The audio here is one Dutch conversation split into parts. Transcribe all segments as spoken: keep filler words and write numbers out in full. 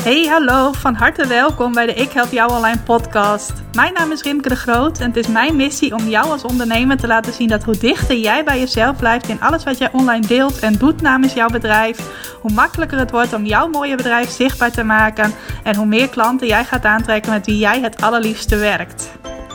Hey, hallo, van harte welkom bij de Ik Help Jou Online podcast. Mijn naam is Rimke de Groot en het is mijn missie om jou als ondernemer te laten zien dat hoe dichter jij bij jezelf blijft in alles wat jij online deelt en doet namens jouw bedrijf, hoe makkelijker het wordt om jouw mooie bedrijf zichtbaar te maken en hoe meer klanten jij gaat aantrekken met wie jij het allerliefste werkt.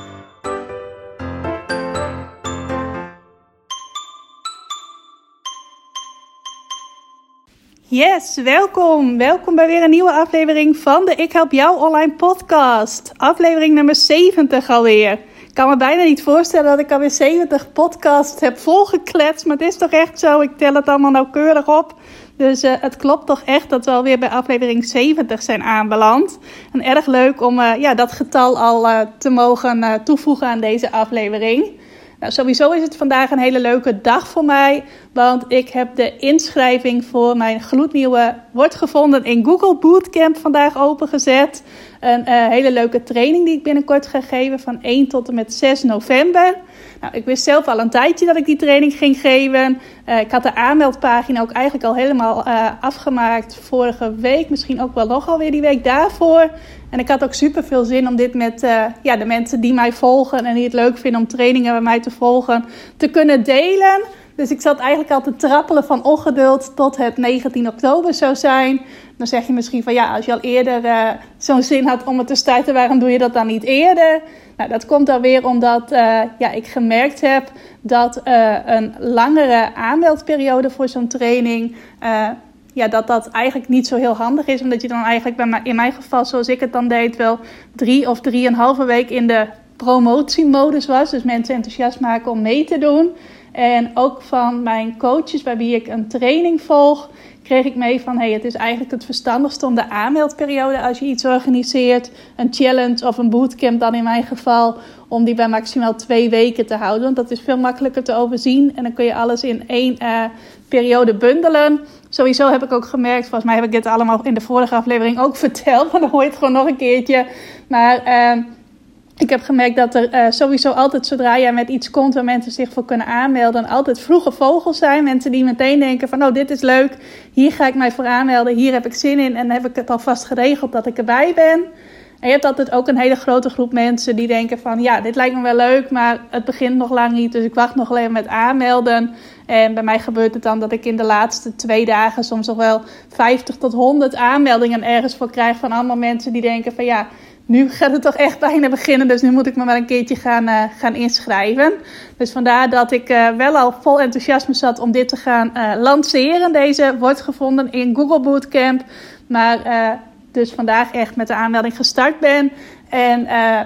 Yes, welkom. Welkom bij weer een nieuwe aflevering van de Ik Help Jou Online podcast. Aflevering nummer zeventig alweer. Ik kan me bijna niet voorstellen dat ik alweer zeventig podcasts heb volgekletst. Maar het is toch echt zo, ik tel het allemaal nauwkeurig op. Dus uh, het klopt toch echt dat we alweer bij aflevering zeventig zijn aanbeland. En erg leuk om uh, ja, dat getal al uh, te mogen uh, toevoegen aan deze aflevering. Nou, sowieso is het vandaag een hele leuke dag voor mij, want ik heb de inschrijving voor mijn gloednieuwe Wordt Gevonden in Google Bootcamp vandaag opengezet. Een uh, hele leuke training die ik binnenkort ga geven van één tot en met zes november. Nou, ik wist zelf al een tijdje dat ik die training ging geven. Uh, ik had de aanmeldpagina ook eigenlijk al helemaal uh, afgemaakt vorige week, misschien ook wel nog alweer die week daarvoor. En ik had ook super veel zin om dit met uh, ja, de mensen die mij volgen en die het leuk vinden om trainingen bij mij te volgen, te kunnen delen. Dus ik zat eigenlijk al te trappelen van ongeduld tot het negentien oktober zou zijn. Dan zeg je misschien van ja, als je al eerder uh, zo'n zin had om het te starten, waarom doe je dat dan niet eerder? Nou, dat komt dan weer omdat uh, ja, ik gemerkt heb dat uh, een langere aanmeldperiode voor zo'n training, Uh, Ja, dat dat eigenlijk niet zo heel handig is. Omdat je dan eigenlijk bij mij, in mijn geval, zoals ik het dan deed, wel drie of drieënhalve week in de promotiemodus was. Dus mensen enthousiast maken om mee te doen. En ook van mijn coaches bij wie ik een training volg, kreeg ik mee van hey, het is eigenlijk het verstandigste om de aanmeldperiode, als je iets organiseert, een challenge of een bootcamp dan in mijn geval, om die bij maximaal twee weken te houden. Want dat is veel makkelijker te overzien en dan kun je alles in één uh, periode bundelen. Sowieso heb ik ook gemerkt, volgens mij heb ik dit allemaal in de vorige aflevering ook verteld, maar dan hoor je het gewoon nog een keertje. Maar Uh, Ik heb gemerkt dat er uh, sowieso altijd, zodra jij met iets komt waar mensen zich voor kunnen aanmelden, altijd vroege vogels zijn. Mensen die meteen denken van, oh, dit is leuk, hier ga ik mij voor aanmelden, hier heb ik zin in en dan heb ik het alvast geregeld dat ik erbij ben. En je hebt altijd ook een hele grote groep mensen die denken van, ja, dit lijkt me wel leuk, maar het begint nog lang niet, dus ik wacht nog alleen met aanmelden. En bij mij gebeurt het dan dat ik in de laatste twee dagen soms nog wel vijftig tot honderd aanmeldingen ergens voor krijg van allemaal mensen die denken van, ja, nu gaat het toch echt bijna beginnen, dus nu moet ik me maar een keertje gaan, uh, gaan inschrijven. Dus vandaar dat ik uh, wel al vol enthousiasme zat om dit te gaan uh, lanceren. Deze Wordt Gevonden in Google Bootcamp. Maar uh, dus vandaag echt met de aanmelding gestart ben. En Uh,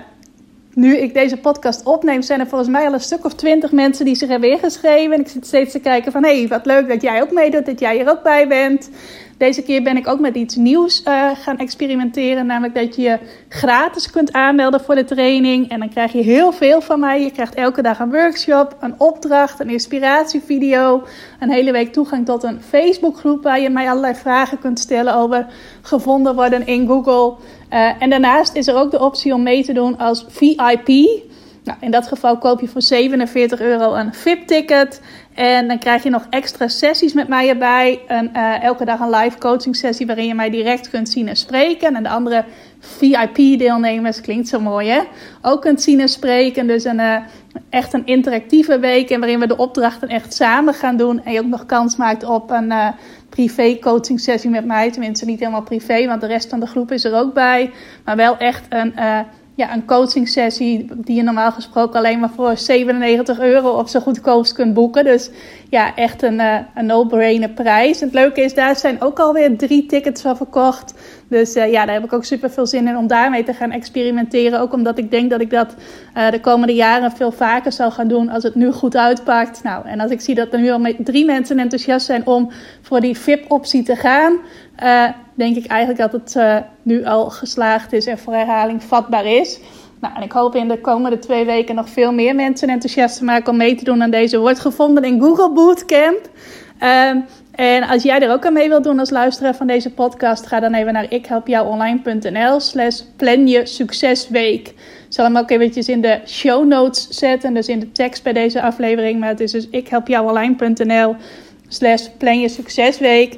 Nu ik deze podcast opneem, zijn er volgens mij al een stuk of twintig mensen die zich hebben ingeschreven. En ik zit steeds te kijken van, hé, hey, wat leuk dat jij ook meedoet, dat jij er ook bij bent. Deze keer ben ik ook met iets nieuws uh, gaan experimenteren. Namelijk dat je je gratis kunt aanmelden voor de training. En dan krijg je heel veel van mij. Je krijgt elke dag een workshop, een opdracht, een inspiratievideo. Een hele week toegang tot een Facebookgroep waar je mij allerlei vragen kunt stellen over gevonden worden in Google. Uh, en daarnaast is er ook de optie om mee te doen als V I P. Nou, in dat geval koop je voor zevenenveertig euro een V I P-ticket. En dan krijg je nog extra sessies met mij erbij. Een, uh, elke dag een live coaching sessie waarin je mij direct kunt zien en spreken. En de andere V I P-deelnemers, klinkt zo mooi hè, ook kunt zien en spreken. Dus een, uh, echt een interactieve week en waarin we de opdrachten echt samen gaan doen. En je ook nog kans maakt op een Uh, privé coaching sessie met mij. Tenminste niet helemaal privé, want de rest van de groep is er ook bij. Maar wel echt een, uh, ja, een coaching sessie die je normaal gesproken alleen maar voor zevenennegentig euro of zo goedkoopst kunt boeken. Dus ja, echt een, uh, een no-brainer prijs. En het leuke is, daar zijn ook alweer drie tickets van verkocht. Dus uh, ja, daar heb ik ook super veel zin in om daarmee te gaan experimenteren. Ook omdat ik denk dat ik dat uh, de komende jaren veel vaker zal gaan doen als het nu goed uitpakt. Nou, en als ik zie dat er nu al met drie mensen enthousiast zijn om voor die V I P-optie te gaan, Uh, denk ik eigenlijk dat het uh, nu al geslaagd is en voor herhaling vatbaar is. Nou, en ik hoop in de komende twee weken nog veel meer mensen enthousiast te maken om mee te doen aan deze Wordt Gevonden in Google Bootcamp. Uh, en als jij er ook aan mee wilt doen als luisteraar van deze podcast, ga dan even naar ikhelpjouonline.nl slash plan je succesweek. Ik zal hem ook eventjes in de show notes zetten, dus in de tekst bij deze aflevering. Maar het is dus ikhelpjouonline.nl slash plan je succesweek.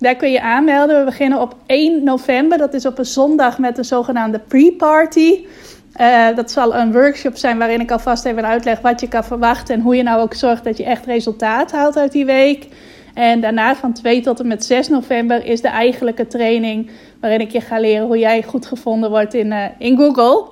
Daar kun je aanmelden. We beginnen op één november. Dat is op een zondag met een zogenaamde pre-party. Uh, dat zal een workshop zijn waarin ik alvast even uitleg wat je kan verwachten. En hoe je nou ook zorgt dat je echt resultaat haalt uit die week. En daarna van twee tot en met zes november is de eigenlijke training. Waarin ik je ga leren hoe jij goed gevonden wordt in, uh, in Google.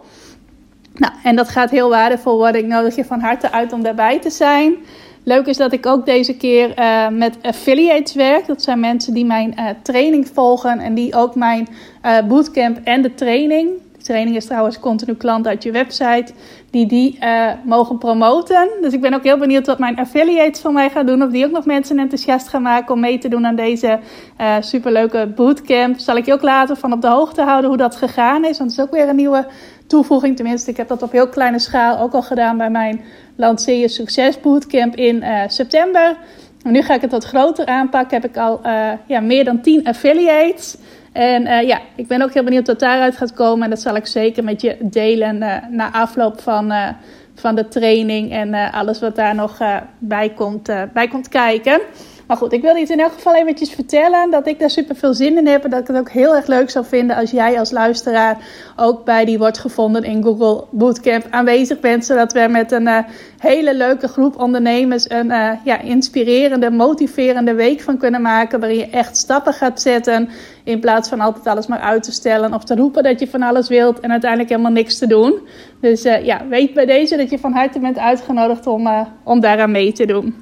Nou, en dat gaat heel waardevol worden. Ik nodig je van harte uit om daarbij te zijn. Leuk is dat ik ook deze keer uh, met affiliates werk. Dat zijn mensen die mijn uh, training volgen en die ook mijn uh, bootcamp en de training. De training is trouwens continu klant uit je website. Die die uh, mogen promoten. Dus ik ben ook heel benieuwd wat mijn affiliates van mij gaan doen. Of die ook nog mensen enthousiast gaan maken om mee te doen aan deze uh, superleuke bootcamp. Zal ik je ook later van op de hoogte houden hoe dat gegaan is. Want het is ook weer een nieuwe toevoeging. Tenminste, ik heb dat op heel kleine schaal ook al gedaan bij mijn Lanceer je Succes Bootcamp in uh, september. En nu ga ik het wat groter aanpakken. Heb ik al uh, ja, meer dan tien affiliates. En uh, ja, ik ben ook heel benieuwd wat daaruit gaat komen. En dat zal ik zeker met je delen uh, na afloop van, uh, van de training. En uh, alles wat daar nog uh, bij, komt, uh, bij komt kijken. Maar goed, ik wilde je in elk geval eventjes vertellen dat ik daar super veel zin in heb. En dat ik het ook heel erg leuk zou vinden als jij als luisteraar ook bij die Wordt Gevonden in Google Bootcamp aanwezig bent. Zodat we met een uh, hele leuke groep ondernemers een uh, ja, inspirerende, motiverende week van kunnen maken. Waarin je echt stappen gaat zetten in plaats van altijd alles maar uit te stellen. Of te roepen dat je van alles wilt en uiteindelijk helemaal niks te doen. Dus uh, ja, weet bij deze dat je van harte bent uitgenodigd om, uh, om daaraan mee te doen.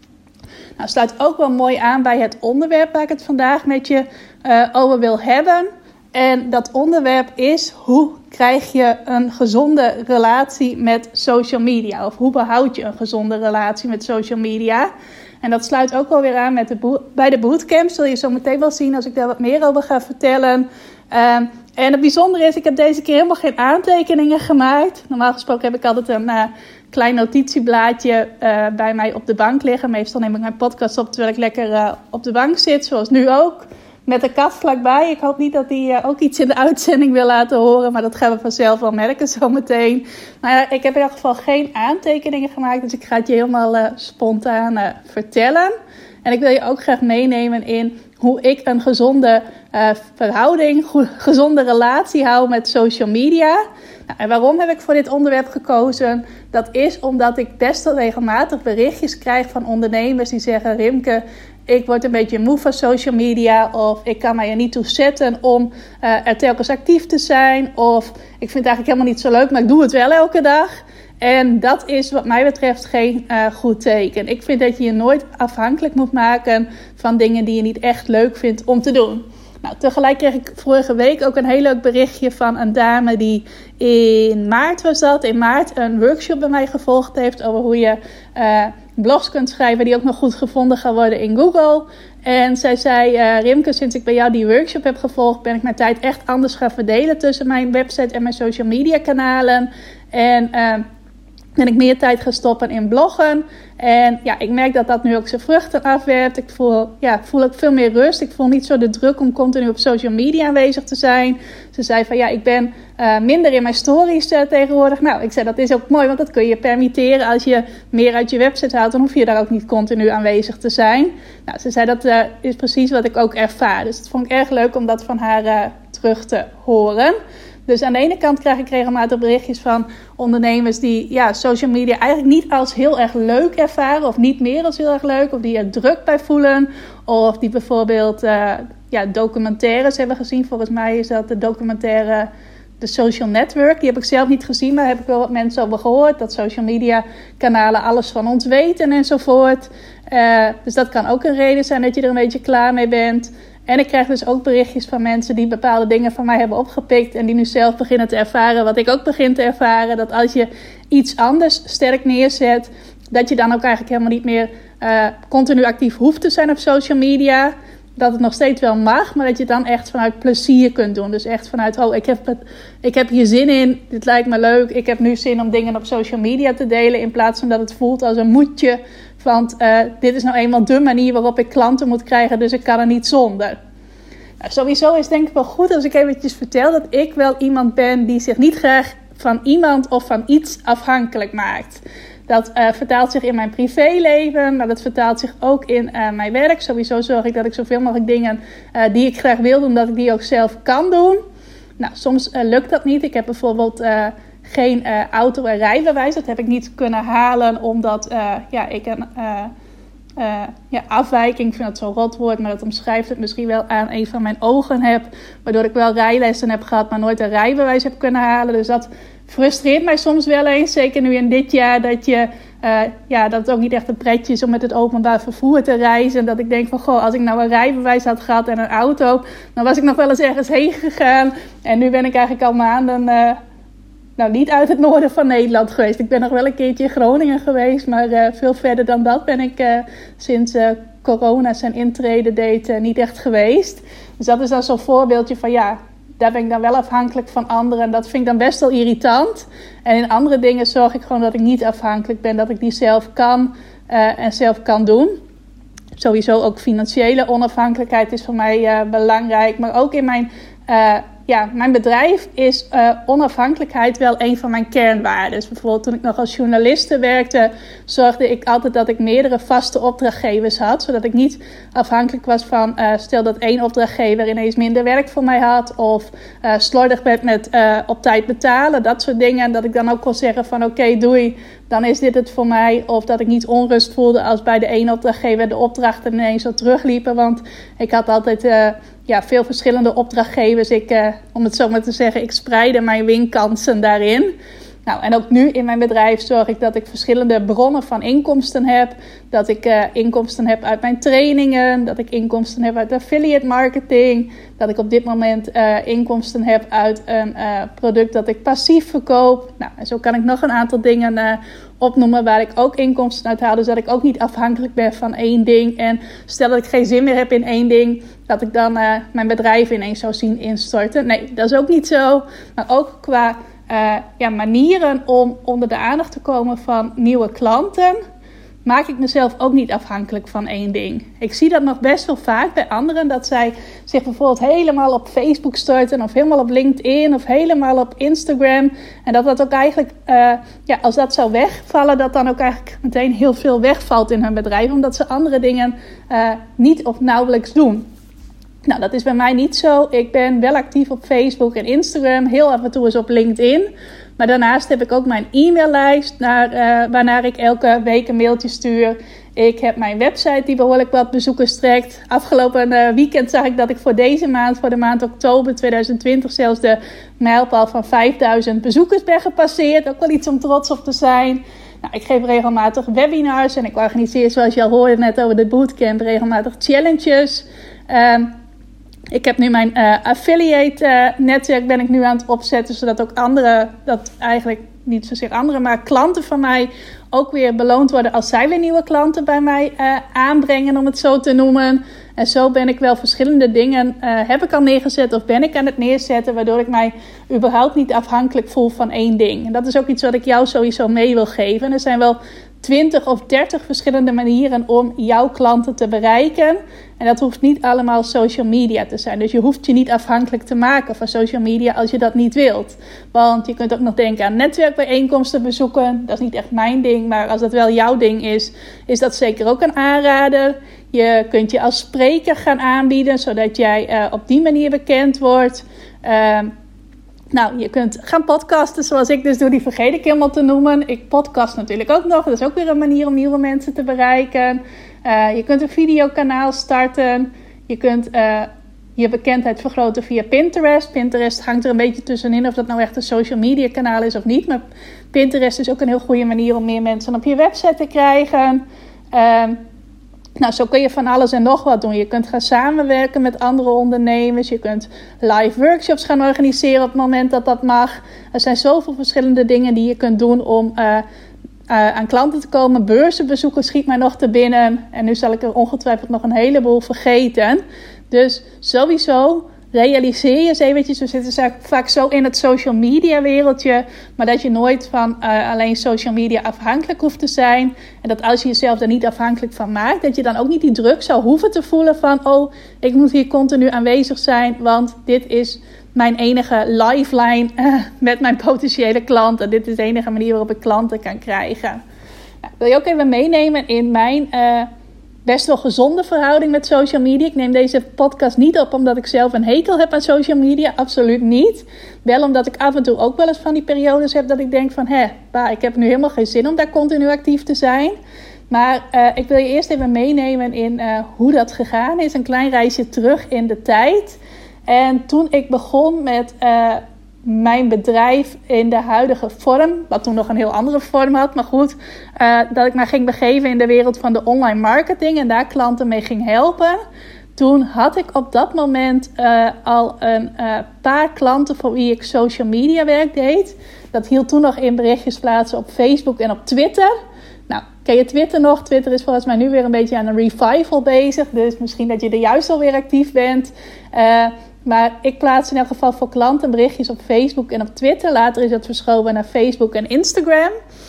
Nou, sluit ook wel mooi aan bij het onderwerp waar ik het vandaag met je uh, over wil hebben. En dat onderwerp is: hoe krijg je een gezonde relatie met social media? Of hoe behoud je een gezonde relatie met social media? En dat sluit ook wel weer aan met de bo- bij de bootcamp. Zul je zo meteen wel zien als ik daar wat meer over ga vertellen. Um, en het bijzondere is, ik heb deze keer helemaal geen aantekeningen gemaakt. Normaal gesproken heb ik altijd een uh, klein notitieblaadje uh, bij mij op de bank liggen. Meestal neem ik mijn podcast op terwijl ik lekker uh, op de bank zit, zoals nu ook. Met de kat vlakbij. Ik hoop niet dat die uh, ook iets in de uitzending wil laten horen. Maar dat gaan we vanzelf wel merken zometeen. Maar uh, ik heb in elk geval geen aantekeningen gemaakt. Dus ik ga het je helemaal uh, spontaan uh, vertellen. En ik wil je ook graag meenemen in hoe ik een gezonde uh, verhouding, go- gezonde relatie hou met social media. Nou, en waarom heb ik voor dit onderwerp gekozen? Dat is omdat ik best wel regelmatig berichtjes krijg van ondernemers die zeggen: Rimke, ik word een beetje moe van social media. Of ik kan mij er niet toe zetten om uh, er telkens actief te zijn. Of ik vind het eigenlijk helemaal niet zo leuk, maar ik doe het wel elke dag. En dat is wat mij betreft geen uh, goed teken. Ik vind dat je je nooit afhankelijk moet maken van dingen die je niet echt leuk vindt om te doen. Nou, tegelijk kreeg ik vorige week ook een heel leuk berichtje van een dame die in maart was dat. In maart een workshop bij mij gevolgd heeft over hoe je uh, blogs kunt schrijven die ook nog goed gevonden gaan worden in Google. En zij zei: uh, Rimke, sinds ik bij jou die workshop heb gevolgd, ben ik mijn tijd echt anders gaan verdelen tussen mijn website en mijn social media kanalen. En uh, ben ik meer tijd gaan stoppen in bloggen. En ja, ik merk dat dat nu ook zijn vruchten afwerpt. Ik voel, ja, voel ook veel meer rust. Ik voel niet zo de druk om continu op social media aanwezig te zijn. Ze zei van ja, ik ben uh, minder in mijn stories uh, tegenwoordig. Nou, ik zei dat is ook mooi, want dat kun je permitteren. Als je meer uit je website haalt, dan hoef je daar ook niet continu aanwezig te zijn. Nou, ze zei dat uh, is precies wat ik ook ervaar. Dus dat vond ik erg leuk om dat van haar uh, terug te horen. Dus aan de ene kant krijg ik regelmatig berichtjes van ondernemers die ja, social media eigenlijk niet als heel erg leuk ervaren. Of niet meer als heel erg leuk. Of die er druk bij voelen. Of die bijvoorbeeld uh, ja, documentaires hebben gezien. Volgens mij is dat de documentaire The Social Network. Die heb ik zelf niet gezien, maar heb ik wel wat mensen over gehoord. Dat social media kanalen alles van ons weten enzovoort. Uh, dus dat kan ook een reden zijn dat je er een beetje klaar mee bent. En ik krijg dus ook berichtjes van mensen die bepaalde dingen van mij hebben opgepikt. En die nu zelf beginnen te ervaren wat ik ook begin te ervaren. Dat als je iets anders sterk neerzet, dat je dan ook eigenlijk helemaal niet meer uh, continu actief hoeft te zijn op social media. Dat het nog steeds wel mag, maar dat je het dan echt vanuit plezier kunt doen. Dus echt vanuit, oh, ik heb, het, ik heb hier zin in, dit lijkt me leuk. Ik heb nu zin om dingen op social media te delen. In plaats van dat het voelt als een moedje. Want uh, dit is nou eenmaal de manier waarop ik klanten moet krijgen, dus ik kan er niet zonder. Nou, sowieso is het denk ik wel goed als ik eventjes vertel dat ik wel iemand ben die zich niet graag van iemand of van iets afhankelijk maakt. Dat uh, vertaalt zich in mijn privéleven, maar dat vertaalt zich ook in uh, mijn werk. Sowieso zorg ik dat ik zoveel mogelijk dingen uh, die ik graag wil doen, dat ik die ook zelf kan doen. Nou, soms uh, lukt dat niet. Ik heb bijvoorbeeld uh, geen uh, auto- en rijbewijs. Dat heb ik niet kunnen halen, omdat uh, ja, ik een uh, uh, ja, afwijking, ik vind dat zo'n rot woord, maar dat omschrijft het misschien wel, aan een van mijn ogen heb. Waardoor ik wel rijlessen heb gehad, maar nooit een rijbewijs heb kunnen halen. Dus dat frustreert mij soms wel eens. Zeker nu in dit jaar, dat je uh, ja, dat het ook niet echt een pretje is om met het openbaar vervoer te reizen. Dat ik denk van, goh, als ik nou een rijbewijs had gehad en een auto, dan was ik nog wel eens ergens heen gegaan. En nu ben ik eigenlijk al maanden uh, nou, niet uit het noorden van Nederland geweest. Ik ben nog wel een keertje in Groningen geweest, maar uh, veel verder dan dat ben ik uh, sinds uh, corona zijn intrede deed uh, niet echt geweest. Dus dat is dan zo'n voorbeeldje van, ja, daar ben ik dan wel afhankelijk van anderen. En dat vind ik dan best wel irritant. En in andere dingen zorg ik gewoon dat ik niet afhankelijk ben. Dat ik die zelf kan uh, en zelf kan doen. Sowieso ook financiële onafhankelijkheid is voor mij uh, belangrijk. Maar ook in mijn, uh, ja, mijn bedrijf is uh, onafhankelijkheid wel een van mijn kernwaarden. Dus bijvoorbeeld toen ik nog als journaliste werkte, zorgde ik altijd dat ik meerdere vaste opdrachtgevers had. Zodat ik niet afhankelijk was van, uh, stel dat één opdrachtgever ineens minder werk voor mij had. Of uh, slordig werd met uh, op tijd betalen, dat soort dingen. Dat ik dan ook kon zeggen van oké, okay, doei, dan is dit het voor mij. Of dat ik niet onrust voelde als bij de ene opdrachtgever de opdrachten ineens zo terugliepen. Want ik had altijd uh, ja, veel verschillende opdrachtgevers. Ik, uh, om het zo maar te zeggen, ik spreidde mijn winkansen daarin. Nou, en ook nu in mijn bedrijf zorg ik dat ik verschillende bronnen van inkomsten heb. Dat ik uh, inkomsten heb uit mijn trainingen. Dat ik inkomsten heb uit affiliate marketing. Dat ik op dit moment uh, inkomsten heb uit een uh, product dat ik passief verkoop. Nou, en zo kan ik nog een aantal dingen uh, opnoemen waar ik ook inkomsten uit haal. Dus dat ik ook niet afhankelijk ben van één ding. En stel dat ik geen zin meer heb in één ding, dat ik dan uh, mijn bedrijf ineens zou zien instorten. Nee, dat is ook niet zo. Maar ook qua Uh, ja, manieren om onder de aandacht te komen van nieuwe klanten, maak ik mezelf ook niet afhankelijk van één ding. Ik zie dat nog best wel vaak bij anderen, dat zij zich bijvoorbeeld helemaal op Facebook starten, of helemaal op LinkedIn, of helemaal op Instagram. En dat dat ook eigenlijk, uh, ja, als dat zou wegvallen, dat dan ook eigenlijk meteen heel veel wegvalt in hun bedrijf, omdat ze andere dingen uh, niet of nauwelijks doen. Nou, dat is bij mij niet zo. Ik ben wel actief op Facebook en Instagram. Heel af en toe eens op LinkedIn. Maar daarnaast heb ik ook mijn e-maillijst naar, uh, waarnaar ik elke week een mailtje stuur. Ik heb mijn website die behoorlijk wat bezoekers trekt. Afgelopen uh, weekend zag ik dat ik voor deze maand, voor de maand oktober tweeduizend twintig, zelfs de mijlpaal van vijfduizend bezoekers ben gepasseerd. Ook wel iets om trots op te zijn. Nou, ik geef regelmatig webinars en ik organiseer, zoals je al hoorde net over de bootcamp, regelmatig challenges. Um, Ik heb nu mijn uh, affiliate uh, netwerk ben ik nu aan het opzetten, zodat ook anderen, dat eigenlijk niet zozeer anderen, maar klanten van mij ook weer beloond worden als zij weer nieuwe klanten bij mij uh, aanbrengen, om het zo te noemen. En zo ben ik wel verschillende dingen, uh, heb ik al neergezet of ben ik aan het neerzetten, waardoor ik mij überhaupt niet afhankelijk voel van één ding. En dat is ook iets wat ik jou sowieso mee wil geven. Er zijn wel twintig of dertig verschillende manieren om jouw klanten te bereiken. En dat hoeft niet allemaal social media te zijn. Dus je hoeft je niet afhankelijk te maken van social media als je dat niet wilt. Want je kunt ook nog denken aan netwerkbijeenkomsten bezoeken. Dat is niet echt mijn ding, maar als dat wel jouw ding is, is dat zeker ook een aanrader. Je kunt je als spreker gaan aanbieden, zodat jij uh, op die manier bekend wordt. Uh, Nou, je kunt gaan podcasten zoals ik dus doe. Die vergeet ik helemaal te noemen. Ik podcast natuurlijk ook nog. Dat is ook weer een manier om nieuwe mensen te bereiken. Uh, je kunt een videokanaal starten. Je kunt uh, je bekendheid vergroten via Pinterest. Pinterest hangt er een beetje tussenin of dat nou echt een social media kanaal is of niet. Maar Pinterest is ook een heel goede manier om meer mensen op je website te krijgen. Uh, Nou, zo kun je van alles en nog wat doen. Je kunt gaan samenwerken met andere ondernemers. Je kunt live workshops gaan organiseren op het moment dat dat mag. Er zijn zoveel verschillende dingen die je kunt doen om uh, uh, aan klanten te komen. Beurzenbezoeken schiet mij nog te binnen. En nu zal ik er ongetwijfeld nog een heleboel vergeten. Dus sowieso realiseer je eens eventjes, we zitten vaak zo in het social media wereldje, maar dat je nooit van uh, alleen social media afhankelijk hoeft te zijn. En dat als je jezelf er niet afhankelijk van maakt, dat je dan ook niet die druk zou hoeven te voelen van, oh, ik moet hier continu aanwezig zijn, want dit is mijn enige lifeline uh, met mijn potentiële klanten. Dit is de enige manier waarop ik klanten kan krijgen. Nou, wil je ook even meenemen in mijn uh, best wel gezonde verhouding met social media. Ik neem deze podcast niet op omdat ik zelf een hekel heb aan social media. Absoluut niet. Wel omdat ik af en toe ook wel eens van die periodes heb dat ik denk van... Hé, bah, ik heb nu helemaal geen zin om daar continu actief te zijn. Maar uh, ik wil je eerst even meenemen in uh, hoe dat gegaan is. Een klein reisje terug in de tijd. En toen ik begon met... Uh, mijn bedrijf in de huidige vorm, wat toen nog een heel andere vorm had, maar goed, uh, dat ik me ging begeven in de wereld van de online marketing en daar klanten mee ging helpen. Toen had ik op dat moment uh, al een uh, paar klanten voor wie ik social media werk deed. Dat hield toen nog in berichtjes plaatsen op Facebook en op Twitter. Nou, ken je Twitter nog? Twitter is volgens mij nu weer een beetje aan een revival bezig, dus misschien dat je er juist alweer actief bent. Uh, Maar ik plaats in elk geval voor klanten berichtjes op Facebook en op Twitter. Later is dat verschoven naar Facebook en Instagram.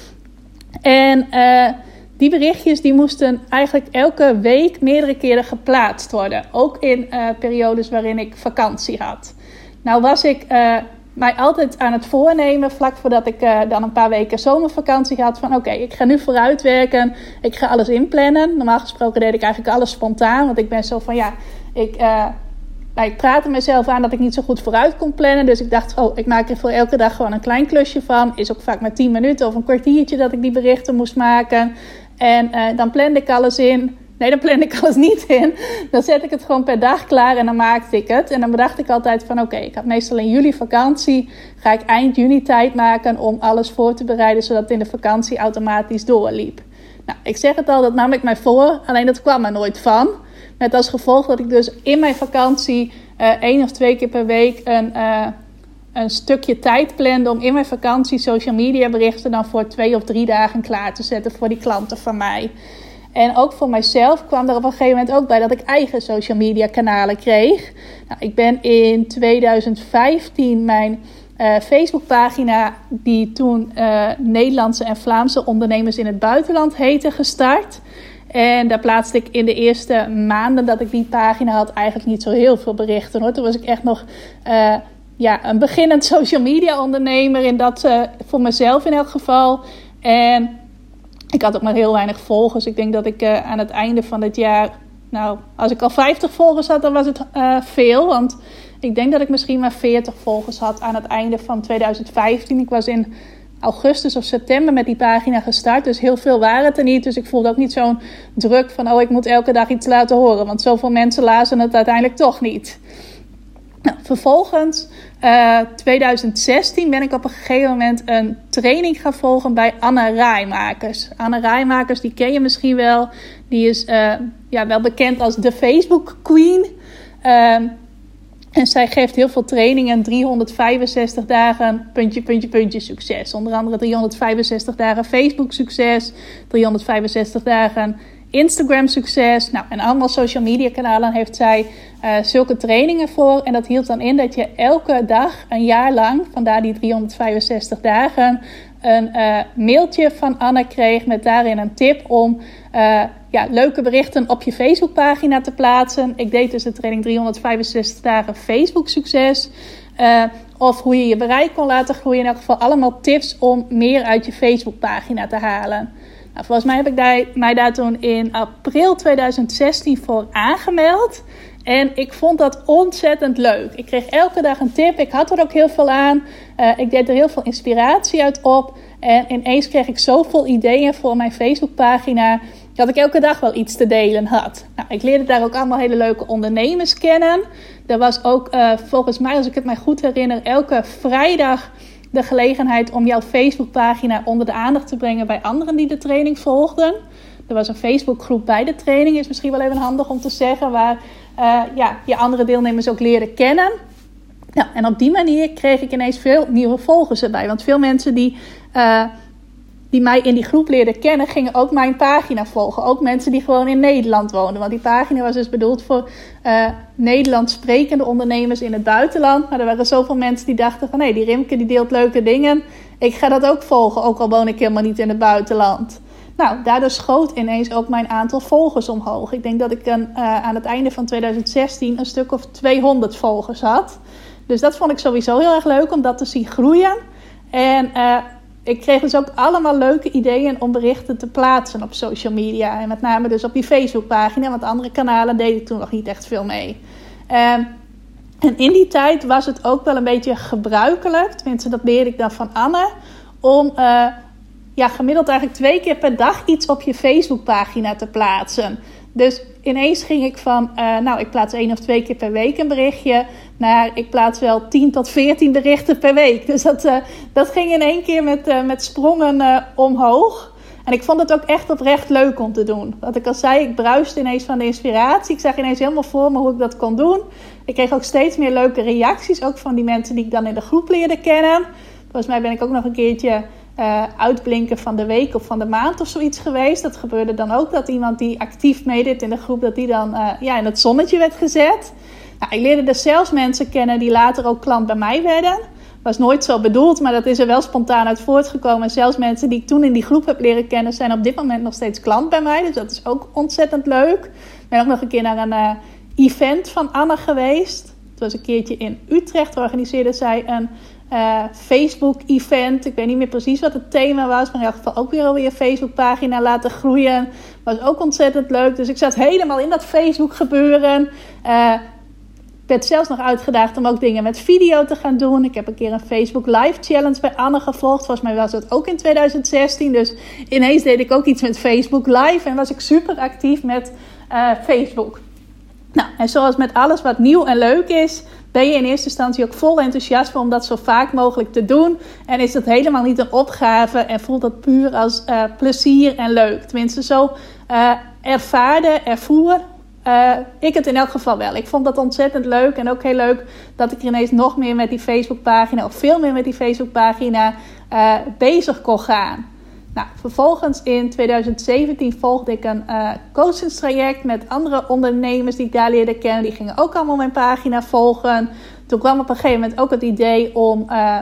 En uh, die berichtjes die moesten eigenlijk elke week meerdere keren geplaatst worden. Ook in uh, periodes waarin ik vakantie had. Nou was ik uh, mij altijd aan het voornemen, vlak voordat ik uh, dan een paar weken zomervakantie had. Van oké, okay, ik ga nu vooruitwerken. Ik ga alles inplannen. Normaal gesproken deed ik eigenlijk alles spontaan. Want ik ben zo van ja, ik... Uh, Nou, ik praatte mezelf aan dat ik niet zo goed vooruit kon plannen. Dus ik dacht, oh, ik maak er voor elke dag gewoon een klein klusje van. Is ook vaak maar tien minuten of een kwartiertje dat ik die berichten moest maken. En uh, dan plande ik alles in. Nee, dan plande ik alles niet in. Dan zet ik het gewoon per dag klaar en dan maakte ik het. En dan bedacht ik altijd van, oké, okay, ik had meestal in juli vakantie. Ga ik eind juni tijd maken om alles voor te bereiden, zodat het in de vakantie automatisch doorliep. Nou, ik zeg het al, dat nam ik mij voor. Alleen dat kwam er nooit van. Met als gevolg dat ik dus in mijn vakantie uh, één of twee keer per week een, uh, een stukje tijd plande om in mijn vakantie social media berichten dan voor twee of drie dagen klaar te zetten voor die klanten van mij. En ook voor mijzelf kwam er op een gegeven moment ook bij dat ik eigen social media kanalen kreeg. Nou, ik ben in tweeduizend vijftien mijn uh, Facebookpagina, die toen uh, Nederlandse en Vlaamse ondernemers in het buitenland heette, gestart. En daar plaatste ik in de eerste maanden dat ik die pagina had eigenlijk niet zo heel veel berichten, hoor. Toen was ik echt nog uh, ja, een beginnend social media ondernemer, in dat uh, voor mezelf in elk geval. En ik had ook maar heel weinig volgers. Ik denk dat ik uh, aan het einde van dit jaar, nou, als ik al vijftig volgers had, dan was het uh, veel. Want ik denk dat ik misschien maar veertig volgers had aan het einde van tweeduizend vijftien. Ik was in augustus of september met die pagina gestart. Dus heel veel waren het er niet. Dus ik voelde ook niet zo'n druk van, oh, ik moet elke dag iets laten horen. Want zoveel mensen lazen het uiteindelijk toch niet. Nou, vervolgens, uh, tweeduizend zestien, ben ik op een gegeven moment een training gaan volgen bij Anne Rijmakers. Anne Rijmakers, die ken je misschien wel. Die is uh, ja, wel bekend als de Facebook Queen. Uh, En zij geeft heel veel trainingen, driehonderdvijfenzestig dagen, puntje, puntje, puntje, succes. Onder andere driehonderdvijfenzestig dagen Facebook succes, driehonderdvijfenzestig dagen Instagram succes. Nou, en allemaal social media kanalen heeft zij uh, zulke trainingen voor. En dat hield dan in dat je elke dag, een jaar lang, vandaar die driehonderdvijfenzestig dagen, een uh, mailtje van Anne kreeg met daarin een tip om uh, ja, leuke berichten op je Facebookpagina te plaatsen. Ik deed dus de training driehonderdvijfenzestig dagen Facebook succes. Uh, of hoe je je bereik kon laten groeien. In elk geval allemaal tips om meer uit je Facebookpagina te halen. Nou, volgens mij heb ik daar, mij daar toen in april tweeduizend zestien voor aangemeld. En ik vond dat ontzettend leuk. Ik kreeg elke dag een tip. Ik had er ook heel veel aan. Uh, ik deed er heel veel inspiratie uit op. En ineens kreeg ik zoveel ideeën voor mijn Facebookpagina, dat ik elke dag wel iets te delen had. Nou, ik leerde daar ook allemaal hele leuke ondernemers kennen. Er was ook uh, volgens mij, als ik het mij goed herinner, elke vrijdag de gelegenheid om jouw Facebookpagina onder de aandacht te brengen bij anderen die de training volgden. Er was een Facebookgroep bij de training, is misschien wel even handig om te zeggen, waar uh, ja, je andere deelnemers ook leerde kennen. Nou, en op die manier kreeg ik ineens veel nieuwe volgers erbij. Want veel mensen die, uh, die mij in die groep leerden kennen, gingen ook mijn pagina volgen. Ook mensen die gewoon in Nederland woonden. Want die pagina was dus bedoeld voor uh, Nederlands sprekende ondernemers in het buitenland. Maar er waren zoveel mensen die dachten van, hé, hey, die Rimke die deelt leuke dingen. Ik ga dat ook volgen, ook al woon ik helemaal niet in het buitenland. Nou, daardoor schoot ineens ook mijn aantal volgers omhoog. Ik denk dat ik een, uh, aan het einde van tweeduizend zestien een stuk of tweehonderd volgers had. Dus dat vond ik sowieso heel erg leuk om dat te zien groeien. En uh, ik kreeg dus ook allemaal leuke ideeën om berichten te plaatsen op social media. En met name dus op die Facebookpagina, want andere kanalen deed ik toen nog niet echt veel mee. Um, en in die tijd was het ook wel een beetje gebruikelijk, tenminste dat leerde ik dan van Anne, om uh, ja, gemiddeld eigenlijk twee keer per dag iets op je Facebookpagina te plaatsen. Dus ineens ging ik van, uh, nou ik plaats één of twee keer per week een berichtje, naar ik plaats wel tien tot veertien berichten per week. Dus dat, uh, dat ging in één keer met, uh, met sprongen uh, omhoog. En ik vond het ook echt oprecht leuk om te doen. Wat ik al zei, ik bruiste ineens van de inspiratie. Ik zag ineens helemaal voor me hoe ik dat kon doen. Ik kreeg ook steeds meer leuke reacties, ook van die mensen die ik dan in de groep leerde kennen. Volgens mij ben ik ook nog een keertje uh, uitblinken van de week of van de maand of zoiets geweest. Dat gebeurde dan ook, dat iemand die actief meedeed in de groep, dat die dan uh, ja, in het zonnetje werd gezet. Nou, ik leerde dus zelfs mensen kennen die later ook klant bij mij werden. Was nooit zo bedoeld, maar dat is er wel spontaan uit voortgekomen. En zelfs mensen die ik toen in die groep heb leren kennen, zijn op dit moment nog steeds klant bij mij. Dus dat is ook ontzettend leuk. Ik ben ook nog een keer naar een uh, event van Anne geweest. Het was een keertje in Utrecht. Organiseerde zij een uh, Facebook-event. Ik weet niet meer precies wat het thema was, maar in elk geval ook weer alweer een Facebook-pagina laten groeien. Was ook ontzettend leuk. Dus ik zat helemaal in dat Facebook-gebeuren. Uh, Ik werd zelfs nog uitgedaagd om ook dingen met video te gaan doen. Ik heb een keer een Facebook Live Challenge bij Anne gevolgd. Volgens mij was dat ook in twintig zestien. Dus ineens deed ik ook iets met Facebook Live. En was ik super actief met uh, Facebook. Nou, en zoals met alles wat nieuw en leuk is, ben je in eerste instantie ook vol enthousiasme om dat zo vaak mogelijk te doen. En is dat helemaal niet een opgave en voelt dat puur als uh, plezier en leuk. Tenminste, zo uh, ervaarde, ervoer Uh, ik het in elk geval wel. Ik vond dat ontzettend leuk. En ook heel leuk dat ik er ineens nog meer met die Facebookpagina, of veel meer met die Facebookpagina uh, bezig kon gaan. Nou, vervolgens in twintig zeventien volgde ik een uh, coachingstraject met andere ondernemers die ik daar leerde kennen. Die gingen ook allemaal mijn pagina volgen. Toen kwam op een gegeven moment ook het idee om uh,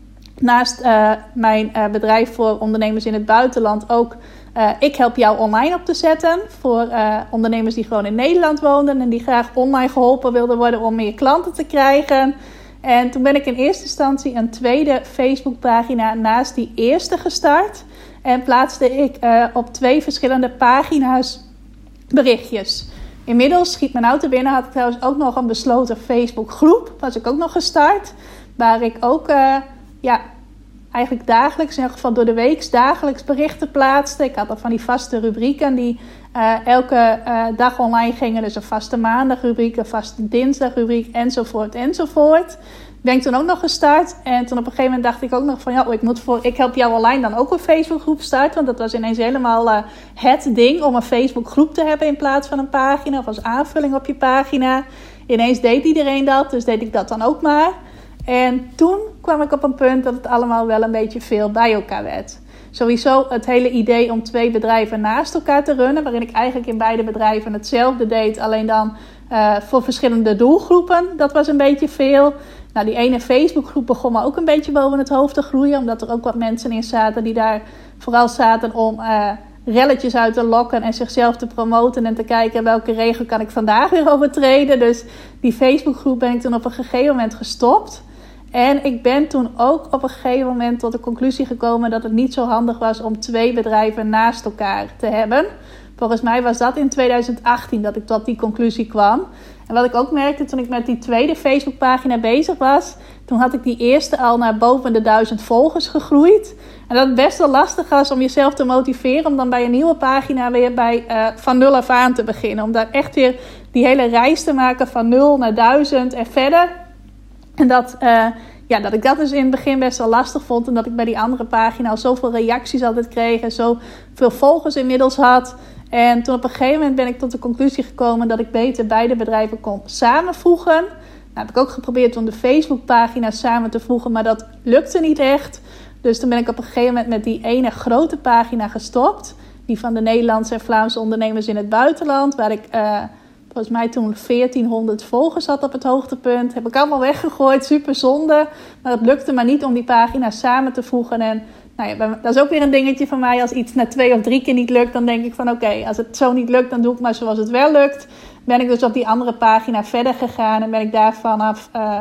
naast uh, mijn uh, bedrijf voor ondernemers in het buitenland ook Uh, ik help jou online op te zetten voor uh, ondernemers die gewoon in Nederland woonden en die graag online geholpen wilden worden om meer klanten te krijgen. En toen ben ik in eerste instantie een tweede Facebookpagina naast die eerste gestart en plaatste ik uh, op twee verschillende pagina's berichtjes. Inmiddels schiet mijn auto binnen, had ik trouwens ook nog een besloten Facebookgroep, was ik ook nog gestart, waar ik ook uh, ja. eigenlijk dagelijks, in elk geval door de week, dagelijks berichten plaatste. Ik had al van die vaste rubrieken die uh, elke uh, dag online gingen. Dus een vaste maandagrubriek, een vaste dinsdagrubriek, enzovoort, enzovoort. Ben ik toen ook nog gestart. En toen op een gegeven moment dacht ik ook nog van, ja, ik moet voor Ik Help Jou Online dan ook een Facebookgroep starten. Want dat was ineens helemaal uh, het ding om een Facebookgroep te hebben in plaats van een pagina of als aanvulling op je pagina. Ineens deed iedereen dat, dus deed ik dat dan ook maar. En toen kwam ik op een punt dat het allemaal wel een beetje veel bij elkaar werd. Sowieso het hele idee om twee bedrijven naast elkaar te runnen, waarin ik eigenlijk in beide bedrijven hetzelfde deed, alleen dan uh, voor verschillende doelgroepen. Dat was een beetje veel. Nou, die ene Facebookgroep begon me ook een beetje boven het hoofd te groeien, omdat er ook wat mensen in zaten die daar vooral zaten om uh, relletjes uit te lokken en zichzelf te promoten en te kijken welke regel kan ik vandaag weer overtreden. Dus die Facebookgroep ben ik toen op een gegeven moment gestopt. En ik ben toen ook op een gegeven moment tot de conclusie gekomen dat het niet zo handig was om twee bedrijven naast elkaar te hebben. Volgens mij was dat in twintig achttien dat ik tot die conclusie kwam. En wat ik ook merkte toen ik met die tweede Facebookpagina bezig was, toen had ik die eerste al naar boven de duizend volgers gegroeid. En dat het best wel lastig was om jezelf te motiveren om dan bij een nieuwe pagina weer bij, uh, van nul af aan te beginnen. Om daar echt weer die hele reis te maken van nul naar duizend en verder. En dat, uh, ja, dat ik dat dus in het begin best wel lastig vond. En dat ik bij die andere pagina al zoveel reacties altijd kreeg. En zoveel volgers inmiddels had. En toen op een gegeven moment ben ik tot de conclusie gekomen dat ik beter beide bedrijven kon samenvoegen. Nou, heb ik ook geprobeerd om de Facebookpagina's samen te voegen. Maar dat lukte niet echt. Dus toen ben ik op een gegeven moment met die ene grote pagina gestopt. Die van de Nederlandse en Vlaamse ondernemers in het buitenland. Waar ik Uh, volgens mij toen veertienhonderd volgers had op het hoogtepunt. Heb ik allemaal weggegooid, super zonde. Maar het lukte maar niet om die pagina's samen te voegen. En nou ja, dat is ook weer een dingetje van mij. Als iets na twee of drie keer niet lukt, dan denk ik van oké, okay, als het zo niet lukt, dan doe ik maar zoals het wel lukt. Ben ik dus op die andere pagina verder gegaan. En ben ik daar vanaf uh,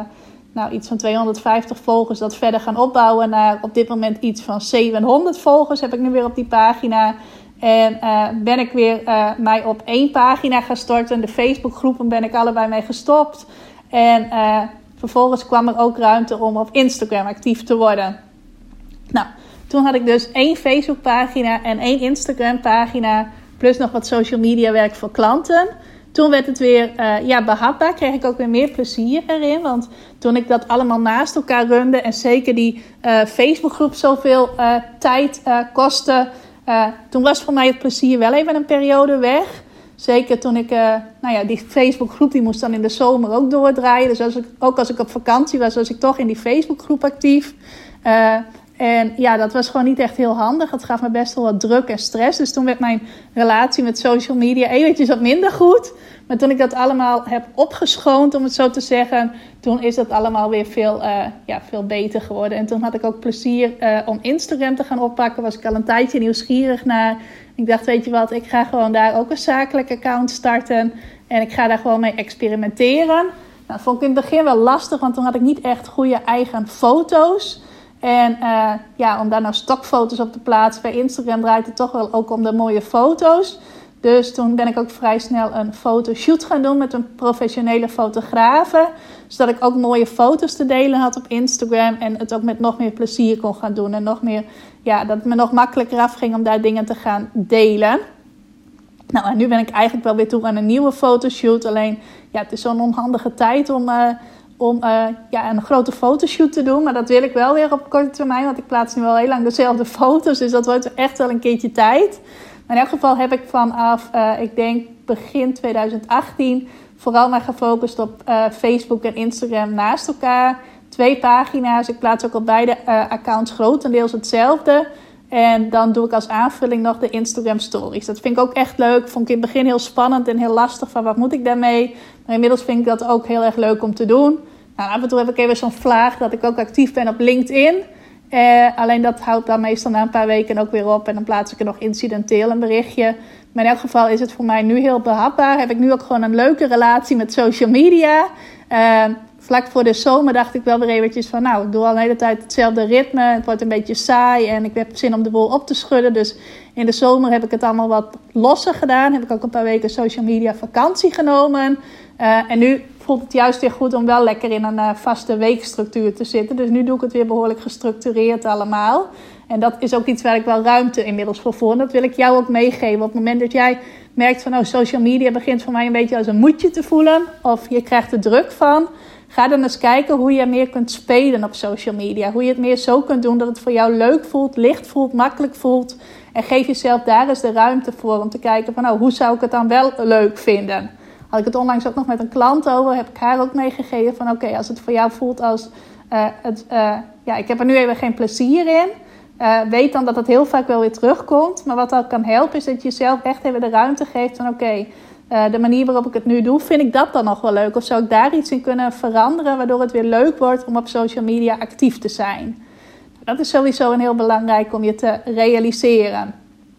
nou, iets van tweehonderdvijftig volgers dat verder gaan opbouwen naar op dit moment iets van zevenhonderd volgers heb ik nu weer op die pagina. En uh, ben ik weer uh, mij op één pagina gaan storten. De Facebookgroepen ben ik allebei mee gestopt. En uh, vervolgens kwam er ook ruimte om op Instagram actief te worden. Nou, toen had ik dus één Facebookpagina en één Instagram-pagina. Plus nog wat social media werk voor klanten. Toen werd het weer uh, ja, behapbaar. Kreeg ik ook weer meer plezier erin. Want toen ik dat allemaal naast elkaar runde. En zeker die uh, Facebookgroep zoveel uh, tijd uh, kostte. Uh, toen was voor mij het plezier wel even een periode weg. Zeker toen ik, uh, nou ja, die Facebookgroep die moest dan in de zomer ook doordraaien. Dus als ik, ook als ik op vakantie was, was ik toch in die Facebookgroep actief. Uh, en ja, dat was gewoon niet echt heel handig. Het gaf me best wel wat druk en stress. Dus toen werd mijn relatie met social media eventjes wat minder goed. Maar toen ik dat allemaal heb opgeschoond, om het zo te zeggen, toen is dat allemaal weer veel, uh, ja, veel beter geworden. En toen had ik ook plezier uh, om Instagram te gaan oppakken. Was ik al een tijdje nieuwsgierig naar. Ik dacht, weet je wat, ik ga gewoon daar ook een zakelijk account starten. En ik ga daar gewoon mee experimenteren. Nou, dat vond ik in het begin wel lastig, want toen had ik niet echt goede eigen foto's. En uh, ja, om daar nou stokfoto's op te plaatsen bij Instagram draait het toch wel ook om de mooie foto's. Dus toen ben ik ook vrij snel een fotoshoot gaan doen met een professionele fotografe. Zodat ik ook mooie foto's te delen had op Instagram. En het ook met nog meer plezier kon gaan doen. En nog meer, ja, dat het me nog makkelijker afging om daar dingen te gaan delen. Nou, en nu ben ik eigenlijk wel weer toe aan een nieuwe fotoshoot. Alleen, ja, het is zo'n onhandige tijd om, uh, om uh, ja, een grote fotoshoot te doen. Maar dat wil ik wel weer op korte termijn. Want ik plaats nu al heel lang dezelfde foto's. Dus dat wordt echt wel een keertje tijd. Maar in elk geval heb ik vanaf, uh, ik denk begin twintig achttien... vooral maar gefocust op uh, Facebook en Instagram naast elkaar. Twee pagina's. Ik plaats ook op beide uh, accounts grotendeels hetzelfde. En dan doe ik als aanvulling nog de Instagram stories. Dat vind ik ook echt leuk. Vond ik in het begin heel spannend en heel lastig van wat moet ik daarmee. Maar inmiddels vind ik dat ook heel erg leuk om te doen. Nou, af en toe heb ik even zo'n vlaag dat ik ook actief ben op LinkedIn. Uh, alleen dat houdt dan meestal na een paar weken ook weer op. En dan plaats ik er nog incidenteel een berichtje. Maar in elk geval is het voor mij nu heel behapbaar. Heb ik nu ook gewoon een leuke relatie met social media. Uh, vlak voor de zomer dacht ik wel weer eventjes van, nou, ik doe al de hele tijd hetzelfde ritme. Het wordt een beetje saai en ik heb zin om de boel op te schudden. Dus in de zomer heb ik het allemaal wat losser gedaan. Heb ik ook een paar weken social media vakantie genomen. Uh, en nu voelt het juist weer goed om wel lekker in een uh, vaste weekstructuur te zitten. Dus nu doe ik het weer behoorlijk gestructureerd allemaal. En dat is ook iets waar ik wel ruimte inmiddels voor voel. En dat wil ik jou ook meegeven. Op het moment dat jij merkt van, oh, social media begint voor mij een beetje als een moedje te voelen. Of je krijgt er druk van. Ga dan eens kijken hoe je meer kunt spelen op social media. Hoe je het meer zo kunt doen dat het voor jou leuk voelt, licht voelt, makkelijk voelt. En geef jezelf daar eens de ruimte voor om te kijken van, nou, hoe zou ik het dan wel leuk vinden? Had ik het onlangs ook nog met een klant over, heb ik haar ook meegegeven van, oké, okay, als het voor jou voelt als, uh, het, uh, ja, ik heb er nu even geen plezier in. Uh, weet dan dat het heel vaak wel weer terugkomt. Maar wat dat kan helpen is dat je jezelf echt even de ruimte geeft van, oké, okay, uh, de manier waarop ik het nu doe, vind ik dat dan nog wel leuk? Of zou ik daar iets in kunnen veranderen, waardoor het weer leuk wordt om op social media actief te zijn? Dat is sowieso een heel belangrijk om je te realiseren.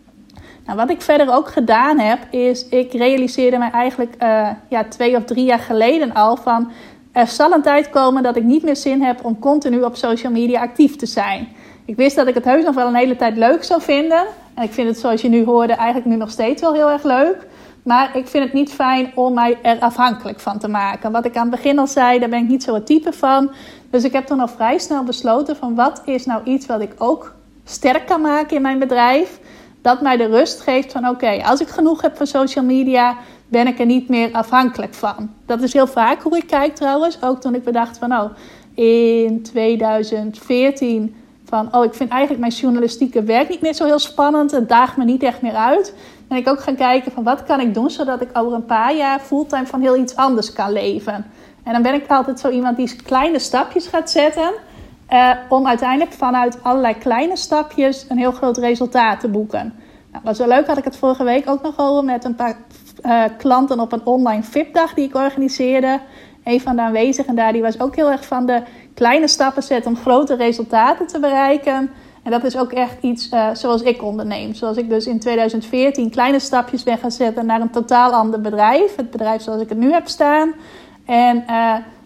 Nou, wat ik verder ook gedaan heb, is ik realiseerde mij eigenlijk uh, ja, twee of drie jaar geleden al van, er zal een tijd komen dat ik niet meer zin heb om continu op social media actief te zijn. Ik wist dat ik het heus nog wel een hele tijd leuk zou vinden. En ik vind het, zoals je nu hoorde, eigenlijk nu nog steeds wel heel erg leuk. Maar ik vind het niet fijn om mij er afhankelijk van te maken. Wat ik aan het begin al zei, daar ben ik niet zo het type van. Dus ik heb toen al vrij snel besloten van, wat is nou iets wat ik ook sterk kan maken in mijn bedrijf? Dat mij de rust geeft van, oké, okay, als ik genoeg heb van social media, ben ik er niet meer afhankelijk van. Dat is heel vaak hoe ik kijk trouwens. Ook toen ik bedacht van, nou, in twintig veertien... van, oh, ik vind eigenlijk mijn journalistieke werk niet meer zo heel spannend. Het daagt me niet echt meer uit. En ik ook gaan kijken van, wat kan ik doen zodat ik over een paar jaar fulltime van heel iets anders kan leven. En dan ben ik altijd zo iemand die kleine stapjes gaat zetten. Uh, om uiteindelijk vanuit allerlei kleine stapjes een heel groot resultaat te boeken. Nou, was wel leuk, had ik het vorige week ook nog over met een paar uh, klanten op een online V I P-dag die ik organiseerde. Een van de aanwezigen daar, die was ook heel erg van de kleine stappen zetten om grote resultaten te bereiken. En dat is ook echt iets uh, zoals ik onderneem. Zoals ik dus in twintig veertien kleine stapjes ben gaan zetten naar een totaal ander bedrijf. Het bedrijf zoals ik het nu heb staan. En uh,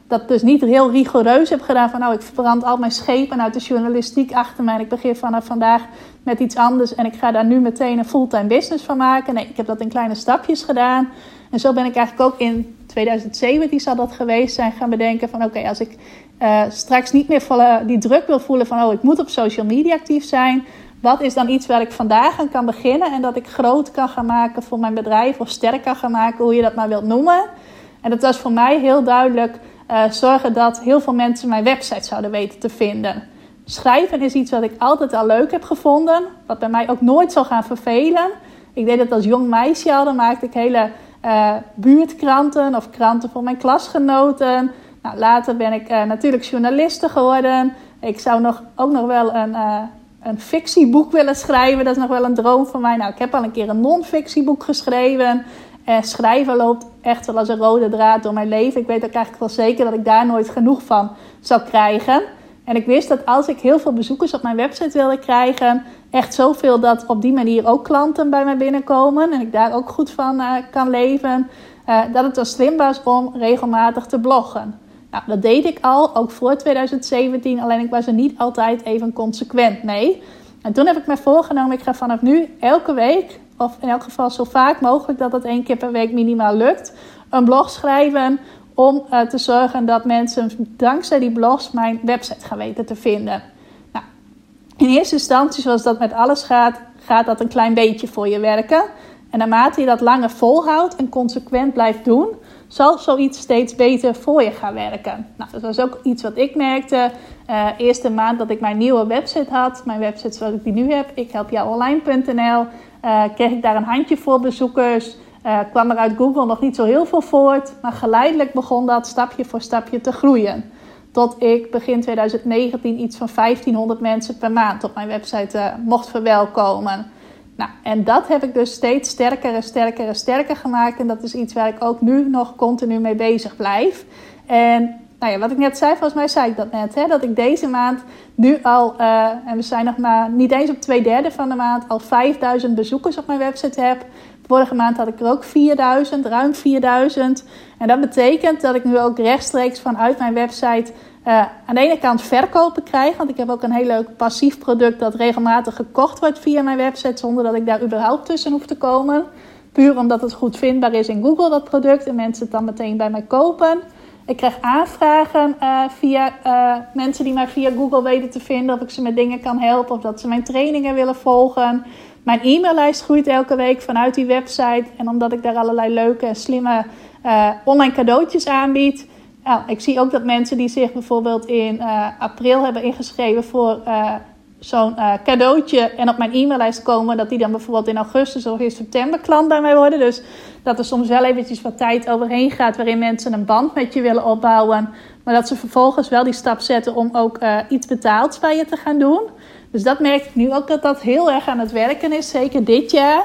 dat dus niet heel rigoureus heb gedaan van nou, ik verbrand al mijn schepen uit de journalistiek achter mij en ik begin vanaf vandaag met iets anders en ik ga daar nu meteen een fulltime business van maken. Nee, ik heb dat in kleine stapjes gedaan. En zo ben ik eigenlijk ook in tweeduizend zeventien zal dat geweest zijn gaan bedenken van oké, okay, als ik uh, straks niet meer volle, die druk wil voelen van oh, ik moet op social media actief zijn. Wat is dan iets waar ik vandaag aan kan beginnen en dat ik groot kan gaan maken voor mijn bedrijf of sterk kan gaan maken, hoe je dat maar wilt noemen. En dat was voor mij heel duidelijk uh, zorgen dat heel veel mensen mijn website zouden weten te vinden. Schrijven is iets wat ik altijd al leuk heb gevonden, wat bij mij ook nooit zal gaan vervelen. Ik deed het als jong meisje al, dan maakte ik hele uh, buurtkranten of kranten voor mijn klasgenoten. Nou, later ben ik uh, natuurlijk journaliste geworden. Ik zou nog, ook nog wel een... Uh, een fictieboek willen schrijven. Dat is nog wel een droom van mij. Nou, ik heb al een keer een non-fictieboek geschreven. En schrijven loopt echt wel als een rode draad door mijn leven. Ik weet ook eigenlijk wel zeker dat ik daar nooit genoeg van zou krijgen. En ik wist dat als ik heel veel bezoekers op mijn website wilde krijgen, echt zoveel dat op die manier ook klanten bij mij binnenkomen en ik daar ook goed van uh, kan leven, uh, dat het wel slim was om regelmatig te bloggen. Nou, dat deed ik al, ook voor tweeduizend zeventien, alleen ik was er niet altijd even consequent mee. En toen heb ik me voorgenomen, ik ga vanaf nu elke week, of in elk geval zo vaak mogelijk dat het één keer per week minimaal lukt, een blog schrijven om uh, te zorgen dat mensen dankzij die blogs mijn website gaan weten te vinden. Nou, in eerste instantie, zoals dat met alles gaat, gaat dat een klein beetje voor je werken. En naarmate je dat langer volhoudt en consequent blijft doen, zal zoiets steeds beter voor je gaan werken. Nou, dat was ook iets wat ik merkte. Uh, eerste maand dat ik mijn nieuwe website had, mijn website zoals ik die nu heb, ik help jou online punt n l, uh, kreeg ik daar een handjevol bezoekers. Uh, kwam er uit Google nog niet zo heel veel voort, maar geleidelijk begon dat stapje voor stapje te groeien. Tot ik begin tweeduizend negentien iets van vijftienhonderd mensen per maand op mijn website uh, mocht verwelkomen. Nou, en dat heb ik dus steeds sterker en sterker en sterker gemaakt. En dat is iets waar ik ook nu nog continu mee bezig blijf. En nou ja, wat ik net zei, volgens mij zei ik dat net, hè, dat ik deze maand nu al, uh, en we zijn nog maar niet eens op twee derde van de maand, al vijfduizend bezoekers op mijn website heb. Vorige maand had ik er ook vierduizend, ruim vierduizend. En dat betekent dat ik nu ook rechtstreeks vanuit mijn website uh, aan de ene kant verkopen krijg. Want ik heb ook een heel leuk passief product dat regelmatig gekocht wordt via mijn website, zonder dat ik daar überhaupt tussen hoef te komen. Puur omdat het goed vindbaar is in Google, dat product, en mensen het dan meteen bij mij kopen. Ik krijg aanvragen uh, via uh, mensen die mij via Google weten te vinden, of ik ze met dingen kan helpen of dat ze mijn trainingen willen volgen. Mijn e-maillijst groeit elke week vanuit die website. En omdat ik daar allerlei leuke en slimme uh, online cadeautjes aanbied. Nou, ik zie ook dat mensen die zich bijvoorbeeld in uh, april hebben ingeschreven voor uh, zo'n uh, cadeautje en op mijn e-maillijst komen, dat die dan bijvoorbeeld in augustus of in september klant bij mij worden. Dus dat er soms wel eventjes wat tijd overheen gaat waarin mensen een band met je willen opbouwen. Maar dat ze vervolgens wel die stap zetten om ook uh, iets betaalds bij je te gaan doen. Dus dat merk ik nu ook dat dat heel erg aan het werken is, zeker dit jaar.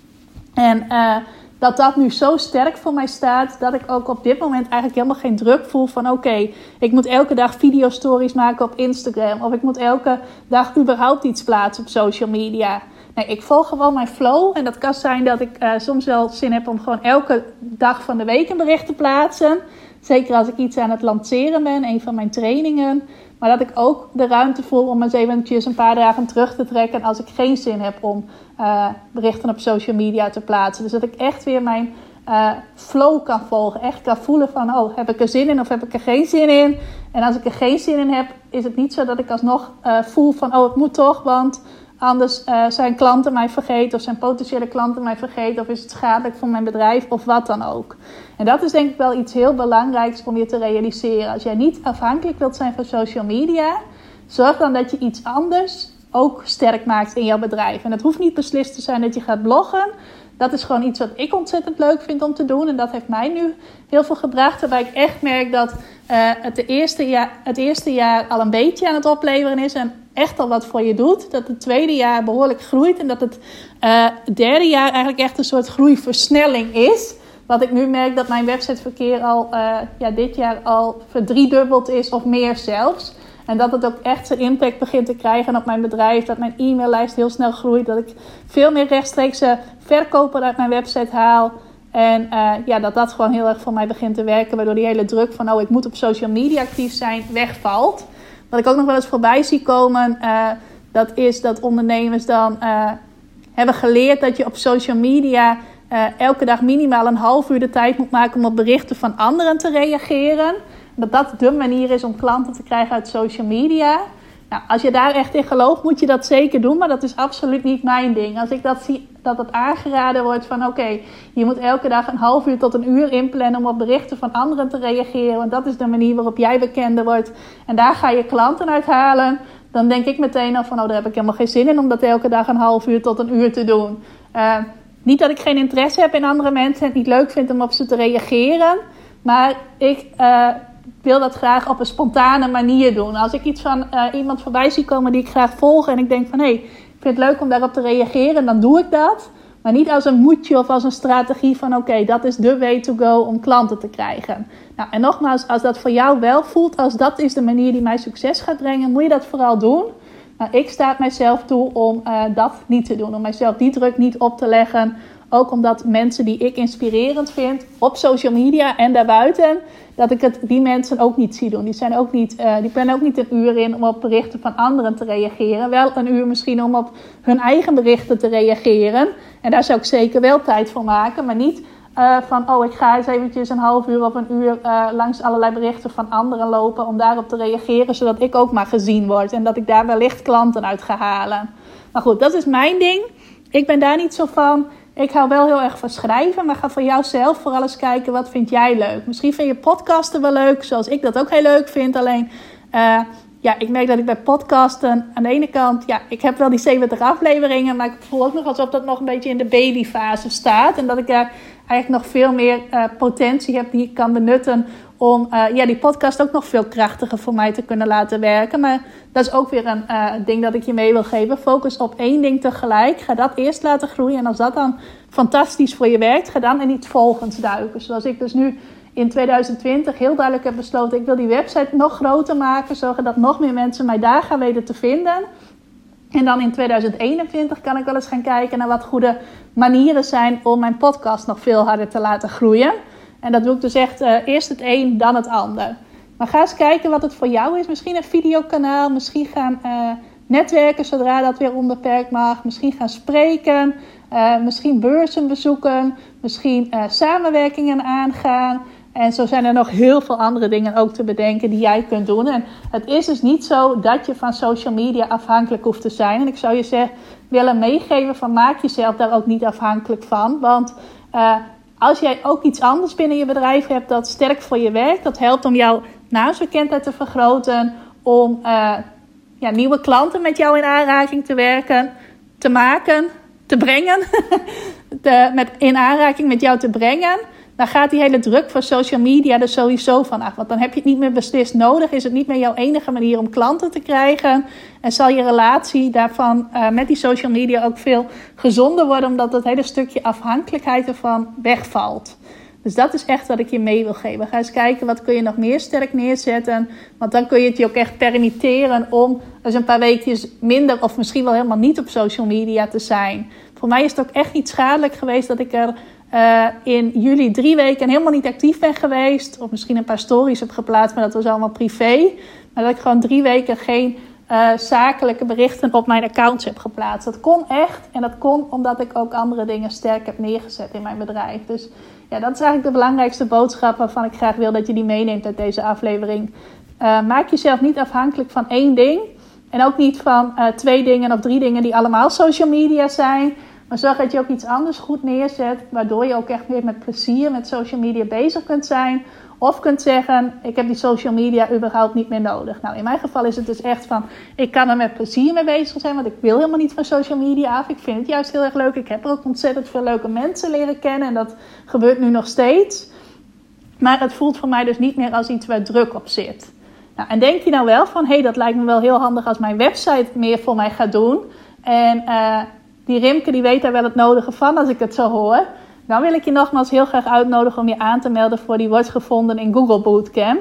En uh, dat dat nu zo sterk voor mij staat, dat ik ook op dit moment eigenlijk helemaal geen druk voel van oké, okay, ik moet elke dag videostories maken op Instagram. Of ik moet elke dag überhaupt iets plaatsen op social media. Nee, ik volg gewoon mijn flow. En dat kan zijn dat ik uh, soms wel zin heb om gewoon elke dag van de week een bericht te plaatsen. Zeker als ik iets aan het lanceren ben, een van mijn trainingen. Maar dat ik ook de ruimte voel om eens eventjes een paar dagen terug te trekken als ik geen zin heb om uh, berichten op social media te plaatsen. Dus dat ik echt weer mijn uh, flow kan volgen. Echt kan voelen van, oh, heb ik er zin in of heb ik er geen zin in? En als ik er geen zin in heb, is het niet zo dat ik alsnog uh, voel van, oh, het moet toch, want anders uh, zijn klanten mij vergeten of zijn potentiële klanten mij vergeten of is het schadelijk voor mijn bedrijf of wat dan ook. En dat is denk ik wel iets heel belangrijks om je te realiseren. Als jij niet afhankelijk wilt zijn van social media, zorg dan dat je iets anders ook sterk maakt in jouw bedrijf. En het hoeft niet beslist te zijn dat je gaat bloggen. Dat is gewoon iets wat ik ontzettend leuk vind om te doen. En dat heeft mij nu heel veel gebracht. Waarbij ik echt merk dat uh, het, de eerste jaar, het eerste jaar al een beetje aan het opleveren is. En echt al wat voor je doet. Dat het tweede jaar behoorlijk groeit. En dat het uh, derde jaar eigenlijk echt een soort groeiversnelling is. Wat ik nu merk dat mijn websiteverkeer al uh, ja, dit jaar al verdriedubbeld is of meer zelfs. En dat het ook echt zijn impact begint te krijgen op mijn bedrijf. Dat mijn e-maillijst heel snel groeit. Dat ik veel meer rechtstreekse verkopen uit mijn website haal. En uh, ja, dat dat gewoon heel erg voor mij begint te werken. Waardoor die hele druk van, oh, ik moet op social media actief zijn, wegvalt. Wat ik ook nog wel eens voorbij zie komen, uh, dat is dat ondernemers dan uh, hebben geleerd dat je op social media uh, elke dag minimaal een half uur de tijd moet maken om op berichten van anderen te reageren. Dat dat de manier is om klanten te krijgen uit social media. Nou, als je daar echt in gelooft, moet je dat zeker doen. Maar dat is absoluut niet mijn ding. Als ik dat zie, dat het aangeraden wordt van... oké, okay, je moet elke dag een half uur tot een uur inplannen om op berichten van anderen te reageren. Want dat is de manier waarop jij bekender wordt. En daar ga je klanten uit halen. Dan denk ik meteen al van, oh, daar heb ik helemaal geen zin in om dat elke dag een half uur tot een uur te doen. Uh, niet dat ik geen interesse heb in andere mensen en het niet leuk vind om op ze te reageren. Maar ik... Uh, Ik wil dat graag op een spontane manier doen. Als ik iets van uh, iemand voorbij zie komen die ik graag volg... en ik denk van, hé, hey, ik vind het leuk om daarop te reageren... dan doe ik dat. Maar niet als een moedje of als een strategie van... oké, okay, dat is de way to go om klanten te krijgen. Nou, en nogmaals, als dat voor jou wel voelt... als dat is de manier die mij succes gaat brengen... moet je dat vooral doen. Maar ik sta het mijzelf toe om uh, dat niet te doen. Om mijzelf die druk niet op te leggen... Ook omdat mensen die ik inspirerend vind op social media en daarbuiten, dat ik het die mensen ook niet zie doen. Die, zijn ook niet, uh, die plannen ook niet een uur in om op berichten van anderen te reageren. Wel een uur misschien om op hun eigen berichten te reageren. En daar zou ik zeker wel tijd voor maken. Maar niet uh, van, oh, ik ga eens eventjes een half uur of een uur uh, langs allerlei berichten van anderen lopen om daarop te reageren, zodat ik ook maar gezien word. En dat ik daar wellicht klanten uit ga halen. Maar goed, dat is mijn ding. Ik ben daar niet zo van. Ik hou wel heel erg van schrijven, maar ga voor jouzelf vooral eens kijken, wat vind jij leuk? Misschien vind je podcasten wel leuk, zoals ik dat ook heel leuk vind. Alleen, uh, ja, ik merk dat ik bij podcasten aan de ene kant, ja, ik heb wel die zeventig afleveringen, maar ik voel ook nog alsof dat nog een beetje in de babyfase staat. En dat ik daar eigenlijk nog veel meer uh, potentie heb die ik kan benutten om uh, ja, die podcast ook nog veel krachtiger voor mij te kunnen laten werken. Maar dat is ook weer een uh, ding dat ik je mee wil geven. Focus op één ding tegelijk. Ga dat eerst laten groeien. En als dat dan fantastisch voor je werkt, ga dan in iets volgens duiken. Zoals ik dus nu in tweeduizend twintig heel duidelijk heb besloten. Ik wil die website nog groter maken. Zorgen dat nog meer mensen mij daar gaan weten te vinden. En dan in tweeduizend eenentwintig kan ik wel eens gaan kijken naar wat goede manieren zijn om mijn podcast nog veel harder te laten groeien. En dat doe ik dus echt uh, eerst het een, dan het ander. Maar ga eens kijken wat het voor jou is. Misschien een videokanaal, misschien gaan uh, netwerken zodra dat weer onbeperkt mag. Misschien gaan spreken, uh, misschien beurzen bezoeken, misschien uh, samenwerkingen aangaan. En zo zijn er nog heel veel andere dingen ook te bedenken die jij kunt doen. En het is dus niet zo dat je van social media afhankelijk hoeft te zijn. En ik zou je zeggen, willen meegeven van maak jezelf daar ook niet afhankelijk van. Want uh, als jij ook iets anders binnen je bedrijf hebt dat sterk voor je werkt, dat helpt om jouw naamsbekendheid te vergroten, om uh, ja, nieuwe klanten met jou in aanraking te werken, te maken, te brengen, de, met, in aanraking met jou te brengen. Dan gaat die hele druk van social media er sowieso van af. Want dan heb je het niet meer beslist nodig. Is het niet meer jouw enige manier om klanten te krijgen. En zal je relatie daarvan uh, met die social media ook veel gezonder worden. Omdat dat hele stukje afhankelijkheid ervan wegvalt. Dus dat is echt wat ik je mee wil geven. Ga eens kijken wat kun je nog meer sterk neerzetten. Want dan kun je het je ook echt permitteren om dus een paar weekjes minder of misschien wel helemaal niet op social media te zijn. Voor mij is het ook echt niet schadelijk geweest dat ik er Uh, in juli drie weken helemaal niet actief ben geweest. Of misschien een paar stories heb geplaatst, maar dat was allemaal privé. Maar dat ik gewoon drie weken geen uh, zakelijke berichten op mijn accounts heb geplaatst. Dat kon echt. En dat kon omdat ik ook andere dingen sterk heb neergezet in mijn bedrijf. Dus ja, dat is eigenlijk de belangrijkste boodschap waarvan ik graag wil dat je die meeneemt uit deze aflevering. Uh, maak jezelf niet afhankelijk van één ding. En ook niet van uh, twee dingen of drie dingen die allemaal social media zijn. Maar zorg dat je ook iets anders goed neerzet, waardoor je ook echt meer met plezier met social media bezig kunt zijn. Of kunt zeggen, ik heb die social media überhaupt niet meer nodig. Nou, in mijn geval is het dus echt van, ik kan er met plezier mee bezig zijn, want ik wil helemaal niet van social media af. Ik vind het juist heel erg leuk. Ik heb er ook ontzettend veel leuke mensen leren kennen en dat gebeurt nu nog steeds. Maar het voelt voor mij dus niet meer als iets waar druk op zit. Nou, en denk je nou wel van, hé, hey, dat lijkt me wel heel handig als mijn website meer voor mij gaat doen. En uh, die Rimke die weet daar wel het nodige van als ik het zo hoor. Dan wil ik je nogmaals heel graag uitnodigen om je aan te melden voor die wordt gevonden in Google Bootcamp.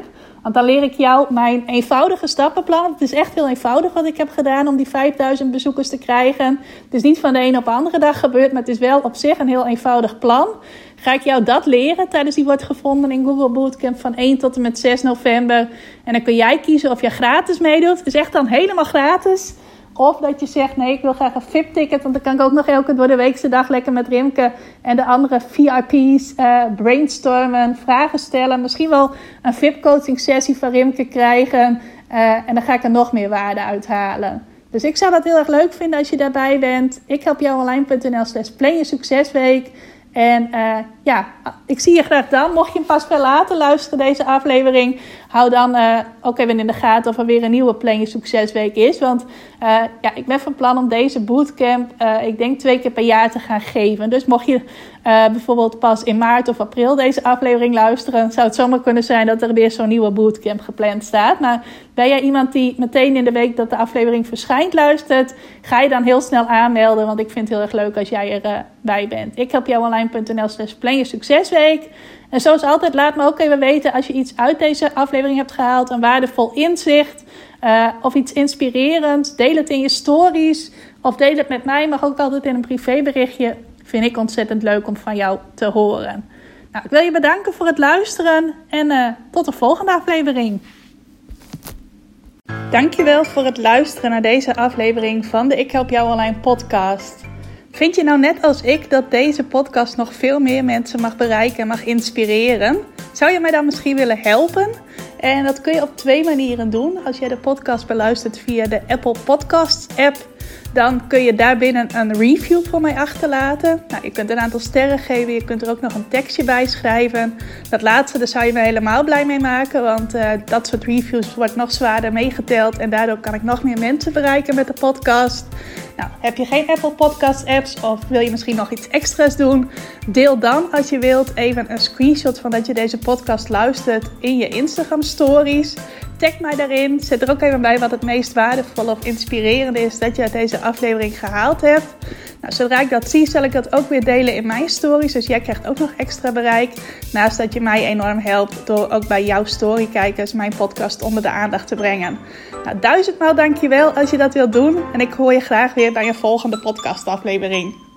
Want dan leer ik jou mijn eenvoudige stappenplan. Het is echt heel eenvoudig wat ik heb gedaan om die vijfduizend bezoekers te krijgen. Het is niet van de een op de andere dag gebeurd, maar het is wel op zich een heel eenvoudig plan. Ga ik jou dat leren tijdens die wordt gevonden in Google Bootcamp van één tot en met zes november. En dan kun jij kiezen of je gratis meedoet. Het is echt dan helemaal gratis. Of dat je zegt, nee, ik wil graag een V I P-ticket. Want dan kan ik ook nog elke door de weekse dag lekker met Rimke en de andere V I P's uh, brainstormen, vragen stellen. Misschien wel een V I P-coaching sessie van Rimke krijgen. Uh, en dan ga ik er nog meer waarde uithalen. Dus ik zou dat heel erg leuk vinden als je daarbij bent. ik help jou online punt n l slash plan je succesweek. En uh, ja, ik zie je graag dan. Mocht je hem pas veel later luisteren, deze aflevering, hou dan uh, ook even in de gaten of er weer een nieuwe Plan Je Succesweek is. Want uh, ja, ik ben van plan om deze bootcamp, uh, ik denk twee keer per jaar te gaan geven. Dus mocht je uh, bijvoorbeeld pas in maart of april deze aflevering luisteren, zou het zomaar kunnen zijn dat er weer zo'n nieuwe bootcamp gepland staat. Maar ben jij iemand die meteen in de week dat de aflevering verschijnt luistert, ga je dan heel snel aanmelden. Want ik vind het heel erg leuk als jij erbij uh, bent. ik help jou online punt n l slash plan je succesweek. En zoals altijd, laat me ook even weten als je iets uit deze aflevering hebt gehaald. Een waardevol inzicht. Uh, of iets inspirerends. Deel het in je stories. Of deel het met mij. Mag ook altijd in een privéberichtje. Vind ik ontzettend leuk om van jou te horen. Nou, ik wil je bedanken voor het luisteren. En uh, tot de volgende aflevering. Dankjewel voor het luisteren naar deze aflevering van de Ik Help Jou Online podcast. Vind je nou net als ik dat deze podcast nog veel meer mensen mag bereiken en mag inspireren? Zou je mij dan misschien willen helpen? En dat kun je op twee manieren doen. Als jij de podcast beluistert via de Apple Podcasts app, dan kun je daarbinnen een review voor mij achterlaten. Nou, je kunt een aantal sterren geven, je kunt er ook nog een tekstje bij schrijven. Dat laatste, daar zou je me helemaal blij mee maken, want uh, dat soort reviews wordt nog zwaarder meegeteld en daardoor kan ik nog meer mensen bereiken met de podcast. Nou, heb je geen Apple Podcast apps of wil je misschien nog iets extra's doen? Deel dan, als je wilt, even een screenshot van dat je deze podcast luistert in je Instagram stories. Tag mij daarin. Zet er ook even bij wat het meest waardevol of inspirerend is dat je uit deze aflevering gehaald hebt. Nou, zodra ik dat zie, zal ik dat ook weer delen in mijn stories. Dus jij krijgt ook nog extra bereik. Naast dat je mij enorm helpt door ook bij jouw storykijkers mijn podcast onder de aandacht te brengen. Nou, duizendmaal dankjewel als je dat wilt doen. En ik hoor je graag weer bij een volgende podcastaflevering.